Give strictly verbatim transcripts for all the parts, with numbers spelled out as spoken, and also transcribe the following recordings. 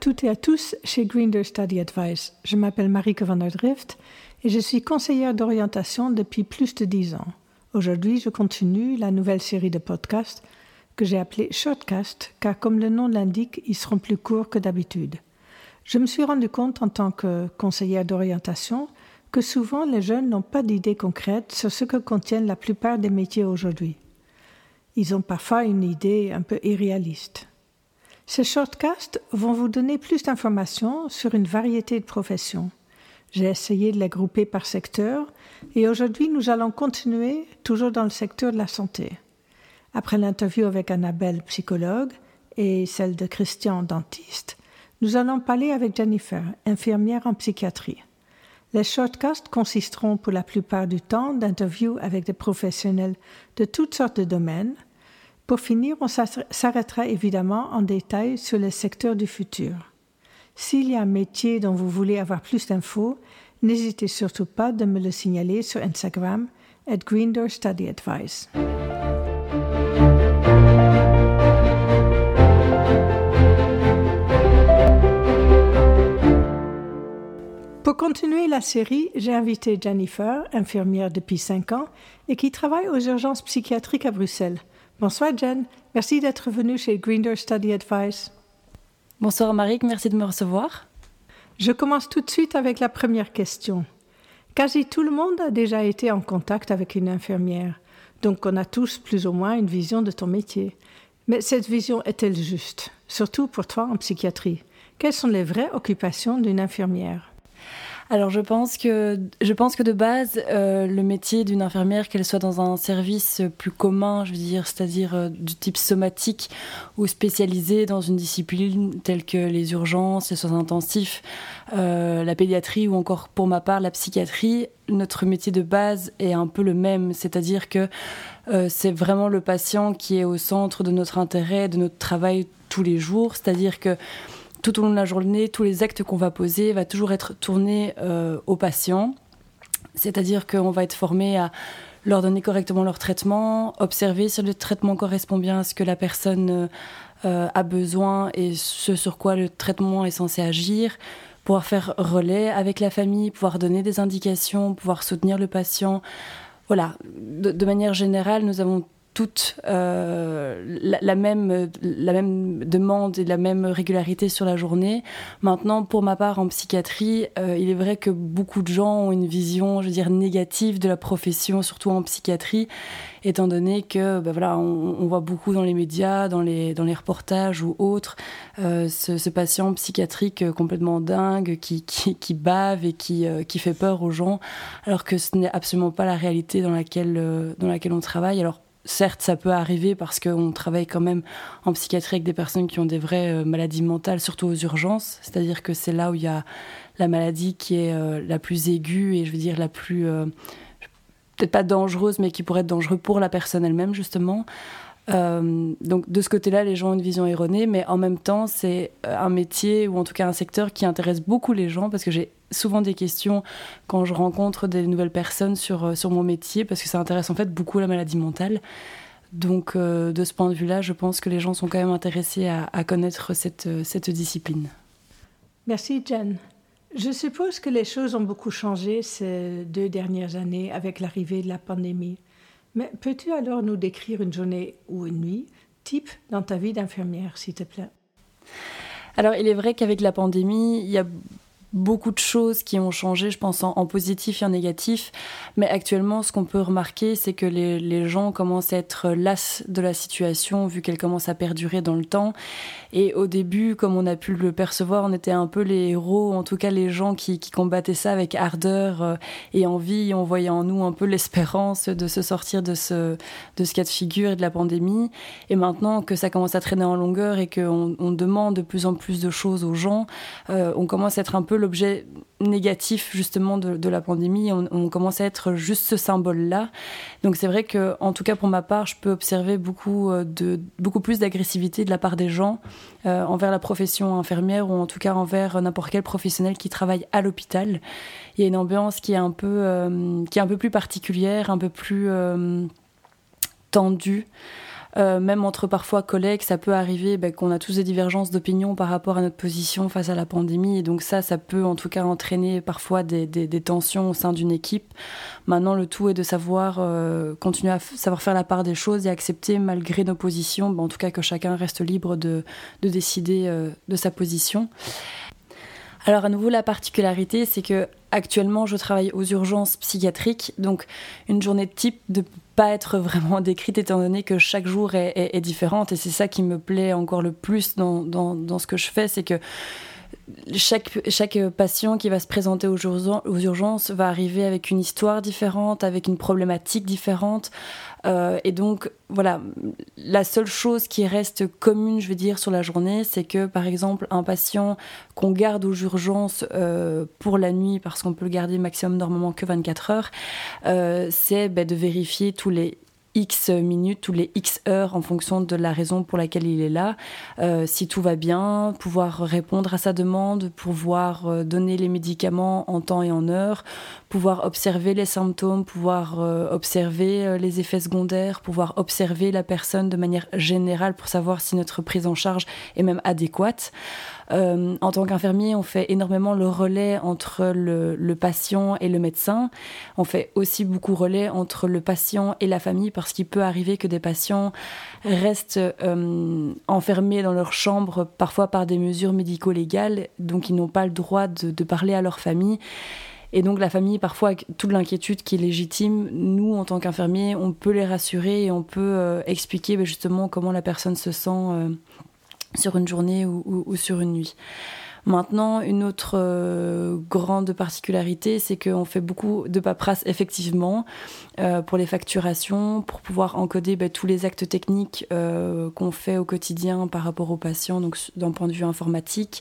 toutes et à tous chez Greendoor Study Advice. Je m'appelle Marieke van der Drift et je suis conseillère d'orientation depuis plus de dix ans. Aujourd'hui, je continue la nouvelle série de podcasts que j'ai appelée Shortcast, car comme le nom l'indique, ils seront plus courts que d'habitude. Je me suis rendu compte en tant que conseillère d'orientation que souvent les jeunes n'ont pas d'idées concrètes sur ce que contiennent la plupart des métiers aujourd'hui. Ils ont parfois une idée un peu irréaliste. Ces shortcasts vont vous donner plus d'informations sur une variété de professions. J'ai essayé de les grouper par secteur et aujourd'hui nous allons continuer toujours dans le secteur de la santé. Après l'interview avec Annabelle, psychologue, et celle de Christian, dentiste, nous allons parler avec Jennifer, infirmière en psychiatrie. Les shortcasts consisteront pour la plupart du temps d'interviews avec des professionnels de toutes sortes de domaines. Pour finir, on s'arrêtera évidemment en détail sur les secteurs du futur. S'il y a un métier dont vous voulez avoir plus d'infos, n'hésitez surtout pas de me le signaler sur Instagram at Greendoor Study Advice. Pour continuer la série, j'ai invité Jennifer, infirmière depuis cinq ans et qui travaille aux urgences psychiatriques à Bruxelles. Bonsoir Jen, merci d'être venue chez Greendoor Study Advice. Bonsoir Marieke, merci de me recevoir. Je commence tout de suite avec la première question. Quasi tout le monde a déjà été en contact avec une infirmière, donc on a tous plus ou moins une vision de ton métier. Mais cette vision est-elle juste, surtout pour toi en psychiatrie? Quelles sont les vraies occupations d'une infirmière? Alors je pense que, je pense que de base, euh, le métier d'une infirmière, qu'elle soit dans un service plus commun, je veux dire, c'est-à-dire euh, du type somatique ou spécialisé dans une discipline telle que les urgences, les soins intensifs, euh, la pédiatrie ou encore pour ma part la psychiatrie, notre métier de base est un peu le même, c'est-à-dire que euh, c'est vraiment le patient qui est au centre de notre intérêt, de notre travail tous les jours, c'est-à-dire que tout au long de la journée, tous les actes qu'on va poser vont toujours être tournés euh, aux patients. C'est-à-dire qu'on va être formé à leur donner correctement leur traitement, observer si le traitement correspond bien à ce que la personne euh, a besoin et ce sur quoi le traitement est censé agir, pouvoir faire relais avec la famille, pouvoir donner des indications, pouvoir soutenir le patient. Voilà, de, de manière générale, nous avons toutes euh, la, la, même, la même demande et la même régularité sur la journée. Maintenant, pour ma part, en psychiatrie, euh, il est vrai que beaucoup de gens ont une vision, je veux dire, négative de la profession, surtout en psychiatrie, étant donné que, ben voilà, on, on voit beaucoup dans les médias, dans les, dans les reportages ou autres, euh, ce, ce patient psychiatrique complètement dingue qui, qui, qui bave et qui, euh, qui fait peur aux gens, alors que ce n'est absolument pas la réalité dans laquelle, euh, dans laquelle on travaille. Alors, certes, ça peut arriver parce qu'on travaille quand même en psychiatrie avec des personnes qui ont des vraies euh, maladies mentales, surtout aux urgences. C'est-à-dire que c'est là où il y a la maladie qui est euh, la plus aiguë et je veux dire la plus, euh, peut-être pas dangereuse, mais qui pourrait être dangereuse pour la personne elle-même, justement. Euh, donc de ce côté-là, les gens ont une vision erronée, mais en même temps, c'est un métier ou en tout cas un secteur qui intéresse beaucoup les gens parce que j'ai souvent des questions quand je rencontre des nouvelles personnes sur, sur mon métier parce que ça intéresse en fait beaucoup la maladie mentale. Donc euh, de ce point de vue-là, je pense que les gens sont quand même intéressés à, à connaître cette, cette discipline. Merci Jen. Je suppose que les choses ont beaucoup changé ces deux dernières années avec l'arrivée de la pandémie. Mais peux-tu alors nous décrire une journée ou une nuit type dans ta vie d'infirmière, s'il te plaît? Alors, il est vrai qu'avec la pandémie, il y a beaucoup de choses qui ont changé, je pense, en, en positif et en négatif. Mais actuellement, ce qu'on peut remarquer, c'est que les, les gens commencent à être las de la situation, vu qu'elle commence à perdurer dans le temps. Et au début, comme on a pu le percevoir, on était un peu les héros, en tout cas les gens qui, qui combattaient ça avec ardeur euh, et envie. On voyait en nous un peu l'espérance de se sortir de ce, de ce cas de figure et de la pandémie. Et maintenant que ça commence à traîner en longueur et qu'on on demande de plus en plus de choses aux gens, euh, on commence à être un peu l'objet négatif justement de, de la pandémie. On, on commence à être juste ce symbole-là. Donc c'est vrai que, en tout cas pour ma part, je peux observer beaucoup, de, beaucoup plus d'agressivité de la part des gens euh, envers la profession infirmière ou en tout cas envers n'importe quel professionnel qui travaille à l'hôpital. Il y a une ambiance qui est un peu, euh, qui est un peu plus particulière, un peu plus euh, tendue. Euh, même entre parfois collègues, ça peut arriver ben, qu'on a tous des divergences d'opinion par rapport à notre position face à la pandémie. Et donc ça, ça peut en tout cas entraîner parfois des, des, des tensions au sein d'une équipe. Maintenant, le tout est de savoir euh, continuer à f- savoir faire la part des choses et accepter, malgré nos positions, ben, en tout cas que chacun reste libre de, de décider euh, de sa position. Alors à nouveau, la particularité, c'est que actuellement, je travaille aux urgences psychiatriques, donc une journée de type ne peut pas être vraiment décrite étant donné que chaque jour est, est, est différente. Et c'est ça qui me plaît encore le plus dans, dans, dans ce que je fais, c'est que Chaque, chaque patient qui va se présenter aux urgences, aux urgences va arriver avec une histoire différente, avec une problématique différente. Euh, et donc, voilà, la seule chose qui reste commune, je veux dire, sur la journée, c'est que, par exemple, un patient qu'on garde aux urgences euh, pour la nuit, parce qu'on peut le garder maximum normalement que vingt-quatre heures, euh, c'est ben, de vérifier tous les X minutes, tous les X heures en fonction de la raison pour laquelle il est là, euh, si tout va bien, pouvoir répondre à sa demande, pouvoir euh, donner les médicaments en temps et en heure, pouvoir observer les symptômes, pouvoir euh, observer euh, les effets secondaires, pouvoir observer la personne de manière générale pour savoir si notre prise en charge est même adéquate. Euh, en tant qu'infirmier, on fait énormément le relais entre le, le patient et le médecin. On fait aussi beaucoup relais entre le patient et la famille parce qu'il peut arriver que des patients restent euh, enfermés dans leur chambre, parfois par des mesures médico-légales, donc ils n'ont pas le droit de, de parler à leur famille. Et donc la famille, parfois, avec toute l'inquiétude qui est légitime, nous, en tant qu'infirmiers, on peut les rassurer et on peut euh, expliquer ben, justement comment la personne se sent euh, sur une journée ou, ou, ou sur une nuit. Maintenant, une autre euh, grande particularité, c'est qu'on fait beaucoup de paperasse, effectivement, euh, pour les facturations, pour pouvoir encoder ben, tous les actes techniques euh, qu'on fait au quotidien par rapport aux patients, donc d'un point de vue informatique.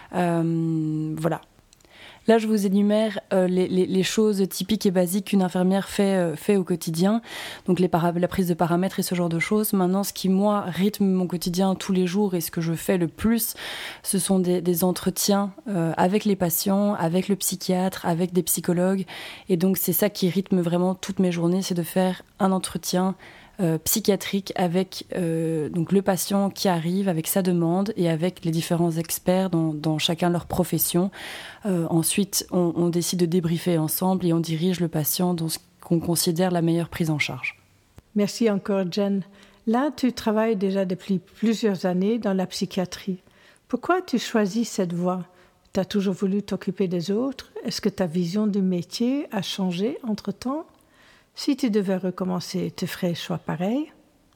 Euh, voilà. Là, je vous énumère euh, les, les, les choses typiques et basiques qu'une infirmière fait, euh, fait au quotidien, donc les para- la prise de paramètres et ce genre de choses. Maintenant, ce qui, moi, rythme mon quotidien tous les jours et ce que je fais le plus, ce sont des, des entretiens euh, avec les patients, avec le psychiatre, avec des psychologues. Et donc, c'est ça qui rythme vraiment toutes mes journées, c'est de faire un entretien Euh, psychiatrique avec euh, donc le patient qui arrive avec sa demande et avec les différents experts dans, dans chacun leur profession. Euh, ensuite, on, on décide de débriefer ensemble et on dirige le patient dans ce qu'on considère la meilleure prise en charge. Merci encore, Jen. Là, tu travailles déjà depuis plusieurs années dans la psychiatrie. Pourquoi tu choisis cette voie? Tu as toujours voulu t'occuper des autres? Est-ce que ta vision du métier a changé entre-temps? Si tu devais recommencer, tu ferais le choix pareil?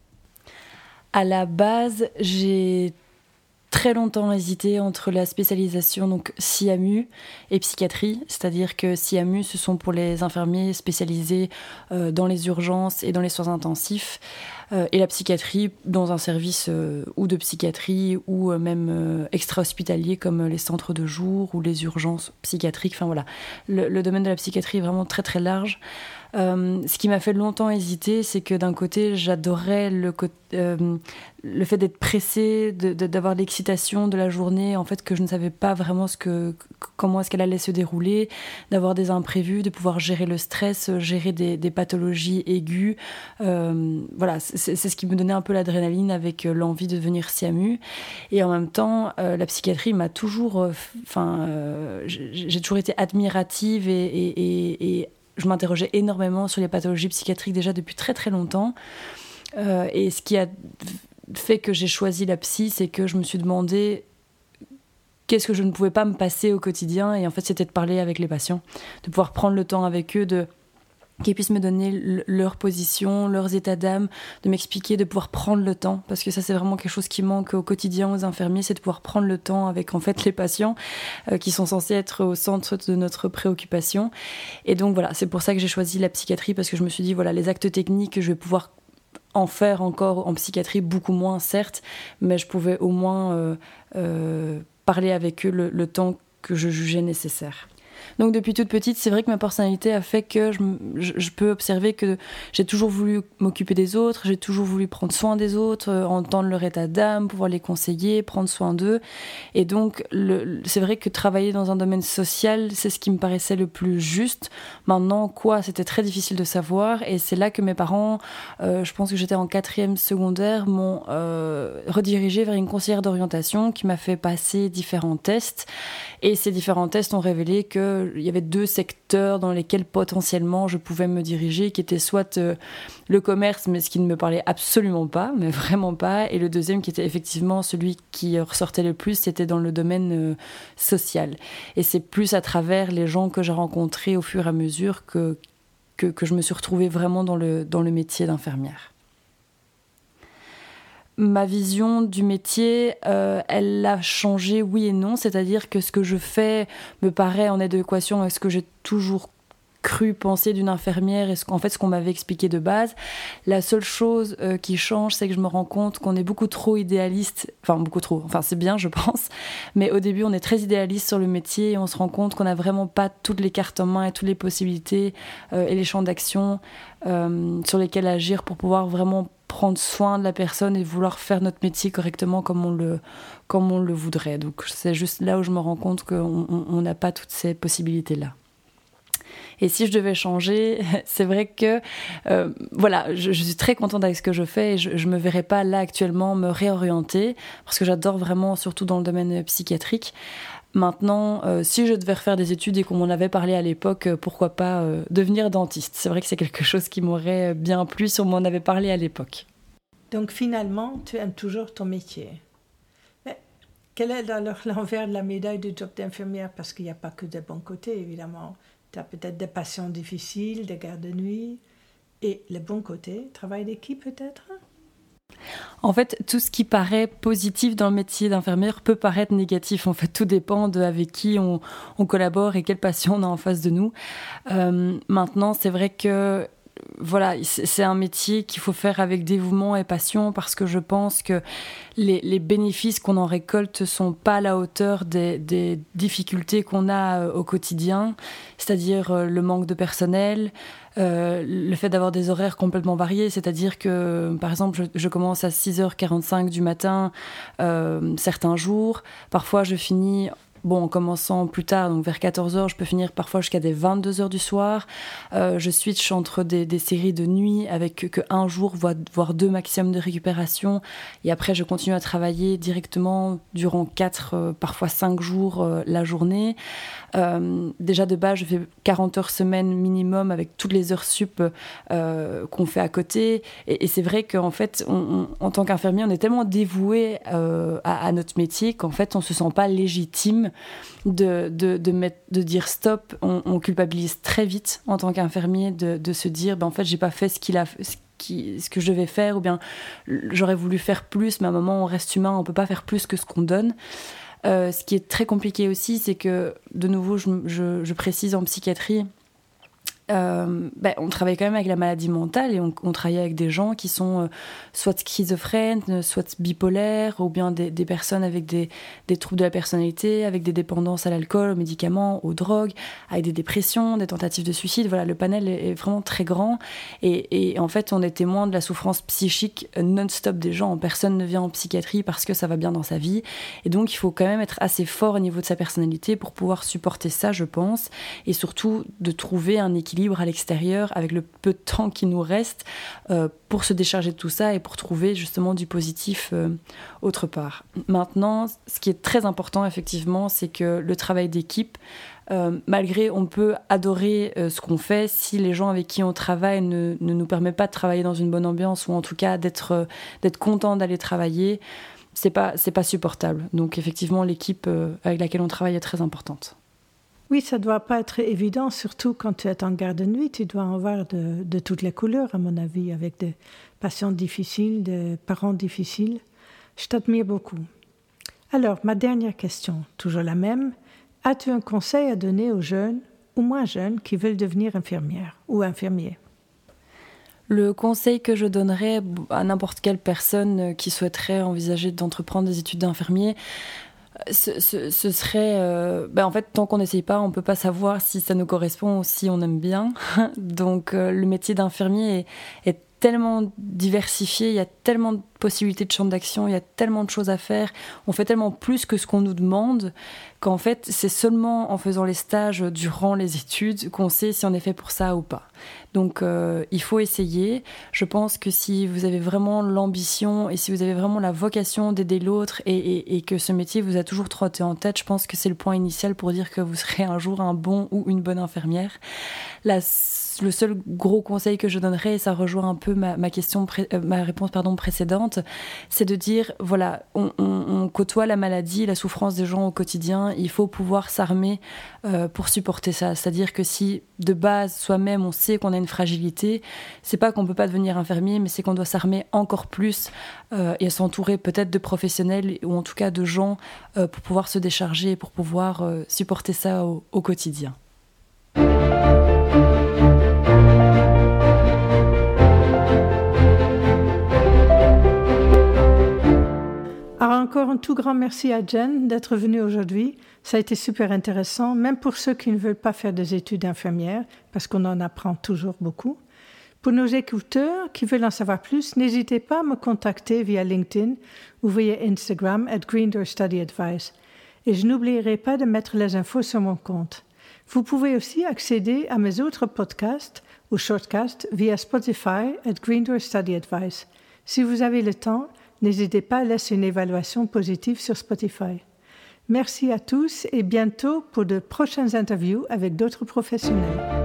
À la base, j'ai très longtemps hésité entre la spécialisation donc C I A M U et psychiatrie, c'est-à-dire que C I A M U, ce sont pour les infirmiers spécialisés euh, dans les urgences et dans les soins intensifs, euh, et la psychiatrie dans un service euh, ou de psychiatrie ou euh, même euh, extra-hospitalier comme les centres de jour ou les urgences psychiatriques. Enfin voilà, le, le domaine de la psychiatrie est vraiment très très large. Euh, ce qui m'a fait longtemps hésiter, c'est que d'un côté, j'adorais le, euh, le fait d'être pressée, de, de, d'avoir l'excitation de la journée, en fait, que je ne savais pas vraiment ce que, comment est-ce qu'elle allait se dérouler, d'avoir des imprévus, de pouvoir gérer le stress, gérer des, des pathologies aiguës. Euh, voilà, c'est, c'est ce qui me donnait un peu l'adrénaline avec l'envie de devenir C I A M U. Et en même temps, euh, la psychiatrie m'a toujours... Enfin, euh, j'ai, j'ai toujours été admirative et... et, et, et je m'interrogeais énormément sur les pathologies psychiatriques déjà depuis très très longtemps. Euh, et ce qui a fait que j'ai choisi la psy, c'est que je me suis demandé qu'est-ce que je ne pouvais pas me passer au quotidien. Et en fait, c'était de parler avec les patients, de pouvoir prendre le temps avec eux, de qu'ils puissent me donner l- leur position, leurs états d'âme, de m'expliquer, de pouvoir prendre le temps, parce que ça c'est vraiment quelque chose qui manque au quotidien aux infirmiers, c'est de pouvoir prendre le temps avec en fait les patients euh, qui sont censés être au centre de notre préoccupation. Et donc voilà, c'est pour ça que j'ai choisi la psychiatrie, parce que je me suis dit voilà, les actes techniques, je vais pouvoir en faire encore en psychiatrie, beaucoup moins certes, mais je pouvais au moins euh, euh, parler avec eux le, le temps que je jugeais nécessaire. Donc depuis toute petite, c'est vrai que ma personnalité a fait que je, je, je peux observer que j'ai toujours voulu m'occuper des autres, j'ai toujours voulu prendre soin des autres, euh, entendre leur état d'âme, pouvoir les conseiller, prendre soin d'eux. Et donc le, c'est vrai que travailler dans un domaine social, c'est ce qui me paraissait le plus juste. Maintenant, quoi, c'était très difficile de savoir. Et c'est là que mes parents, euh, je pense que j'étais en quatrième secondaire, m'ont euh, redirigée vers une conseillère d'orientation qui m'a fait passer différents tests. Et ces différents tests ont révélé qu'il y avait deux secteurs dans lesquels potentiellement je pouvais me diriger, qui étaient soit euh, le commerce, mais ce qui ne me parlait absolument pas, mais vraiment pas, et le deuxième qui était effectivement celui qui ressortait le plus, c'était dans le domaine euh, social. Et c'est plus à travers les gens que j'ai rencontrés au fur et à mesure que, que, que je me suis retrouvée vraiment dans le, dans le métier d'infirmière. Ma vision du métier, euh, elle a changé, oui et non. C'est-à-dire que ce que je fais me paraît en adéquation avec ce que j'ai toujours cru penser d'une infirmière et ce qu'en fait ce qu'on m'avait expliqué de base. La seule chose euh, qui change, c'est que je me rends compte qu'on est beaucoup trop idéaliste. Enfin, beaucoup trop. Enfin, c'est bien, je pense. Mais au début, on est très idéaliste sur le métier et on se rend compte qu'on n'a vraiment pas toutes les cartes en main et toutes les possibilités euh, et les champs d'action euh, sur lesquels agir pour pouvoir vraiment prendre soin de la personne et vouloir faire notre métier correctement comme on le, comme on le voudrait. Donc c'est juste là où je me rends compte qu'on n'a pas toutes ces possibilités-là. Et si je devais changer, c'est vrai que euh, voilà, je, je suis très contente avec ce que je fais et je ne me verrais pas là actuellement me réorienter parce que j'adore vraiment, surtout dans le domaine psychiatrique. Maintenant, euh, si je devais refaire des études et qu'on m'en avait parlé à l'époque, euh, pourquoi pas euh, devenir dentiste. C'est vrai que c'est quelque chose qui m'aurait bien plu si on m'en avait parlé à l'époque. Donc finalement, tu aimes toujours ton métier. Mais quel est alors l'envers de la médaille du job d'infirmière? Parce qu'il n'y a pas que des bons côtés, évidemment. Tu as peut-être des patients difficiles, des gardes de nuit. Et le bon côté, travail d'équipe peut-être? En fait, tout ce qui paraît positif dans le métier d'infirmière peut paraître négatif. En fait, tout dépend de avec qui on, on collabore et quel patient on a en face de nous. Euh, maintenant, c'est vrai que voilà, c'est un métier qu'il faut faire avec dévouement et passion parce que je pense que les, les bénéfices qu'on en récolte ne sont pas à la hauteur des, des difficultés qu'on a au quotidien, c'est-à-dire le manque de personnel, euh, le fait d'avoir des horaires complètement variés, c'est-à-dire que, par exemple, je, je commence à six heures quarante-cinq du matin euh, certains jours, parfois je finis... Bon, en commençant plus tard, donc vers quatorze heures, je peux finir parfois jusqu'à des vingt-deux heures du soir. Euh, je switch entre des, des séries de nuit avec que, que un jour, voire deux maximum de récupération. Et après, je continue à travailler directement durant quatre, euh, parfois cinq jours euh, la journée. Euh, déjà de base, je fais quarante heures semaine minimum avec toutes les heures sup euh, qu'on fait à côté. Et, et c'est vrai qu'en fait, on, on, en tant qu'infirmier, on est tellement dévoué euh, à, à notre métier qu'en fait, on se sent pas légitime de, de, de, mettre, de dire stop. On, on culpabilise très vite en tant qu'infirmier de, de se dire ben, en fait, j'ai pas fait ce qu'il a ce Qui, ce que je devais faire, ou bien j'aurais voulu faire plus, mais à un moment on reste humain, on peut pas faire plus que ce qu'on donne. Euh, ce qui est très compliqué aussi, c'est que, de nouveau, je, je, je précise en psychiatrie, euh, ben, on travaille quand même avec la maladie mentale et on, on travaille avec des gens qui sont euh, soit schizophrènes, soit bipolaires, ou bien des, des personnes avec des, des troubles de la personnalité, avec des dépendances à l'alcool, aux médicaments, aux drogues, avec des dépressions, des tentatives de suicide. Voilà, le panel est, est vraiment très grand et, et en fait on est témoin de la souffrance psychique non-stop des gens. Personne ne vient en psychiatrie parce que ça va bien dans sa vie et donc il faut quand même être assez fort au niveau de sa personnalité pour pouvoir supporter ça, je pense, et surtout de trouver un équilibre à l'extérieur avec le peu de temps qui nous reste euh, pour se décharger de tout ça et pour trouver justement du positif euh, autre part. Maintenant, ce qui est très important effectivement, c'est que le travail d'équipe, euh, malgré on peut adorer euh, ce qu'on fait, si les gens avec qui on travaille ne, ne nous permettent pas de travailler dans une bonne ambiance ou en tout cas d'être, euh, d'être content d'aller travailler, c'est pas, c'est pas supportable. Donc effectivement, l'équipe euh, avec laquelle on travaille est très importante. Oui, ça ne doit pas être évident, surtout quand tu es en garde de nuit. Tu dois en voir de, de toutes les couleurs, à mon avis, avec des patients difficiles, des parents difficiles. Je t'admire beaucoup. Alors, ma dernière question, toujours la même. As-tu un conseil à donner aux jeunes ou moins jeunes qui veulent devenir infirmières ou infirmiers? Le conseil que je donnerais à n'importe quelle personne qui souhaiterait envisager d'entreprendre des études d'infirmier, ce, ce, ce serait... Euh, ben en fait, tant qu'on n'essaye pas, on ne peut pas savoir si ça nous correspond ou si on aime bien. Donc, euh, le métier d'infirmier est, est tellement diversifié, il y a tellement de possibilités de champ d'action, il y a tellement de choses à faire, on fait tellement plus que ce qu'on nous demande qu'en fait, c'est seulement en faisant les stages durant les études qu'on sait si on est fait pour ça ou pas. Donc, euh, il faut essayer. Je pense que si vous avez vraiment l'ambition et si vous avez vraiment la vocation d'aider l'autre et, et, et que ce métier vous a toujours trotté en tête, je pense que c'est le point initial pour dire que vous serez un jour un bon ou une bonne infirmière. La Le seul gros conseil que je donnerais, et ça rejoint un peu ma, ma, question, euh, ma réponse pardon, précédente, c'est de dire, voilà, on, on, on côtoie la maladie, la souffrance des gens au quotidien, il faut pouvoir s'armer euh, pour supporter ça. C'est-à-dire que si, de base, soi-même, on sait qu'on a une fragilité, c'est pas qu'on peut pas devenir infirmier, mais c'est qu'on doit s'armer encore plus euh, et s'entourer peut-être de professionnels, ou en tout cas de gens, euh, pour pouvoir se décharger, pour pouvoir euh, supporter ça au, au quotidien. Alors encore un tout grand merci à Jen d'être venue aujourd'hui. Ça a été super intéressant, même pour ceux qui ne veulent pas faire des études d'infirmière, parce qu'on en apprend toujours beaucoup. Pour nos écouteurs qui veulent en savoir plus, n'hésitez pas à me contacter via LinkedIn ou via Instagram at Green Door Study Advice. Et je n'oublierai pas de mettre les infos sur mon compte. Vous pouvez aussi accéder à mes autres podcasts ou shortcasts via Spotify at Green Door Study Advice. Si vous avez le temps, n'hésitez pas à laisser une évaluation positive sur Spotify. Merci à tous et bientôt pour de prochaines interviews avec d'autres professionnels.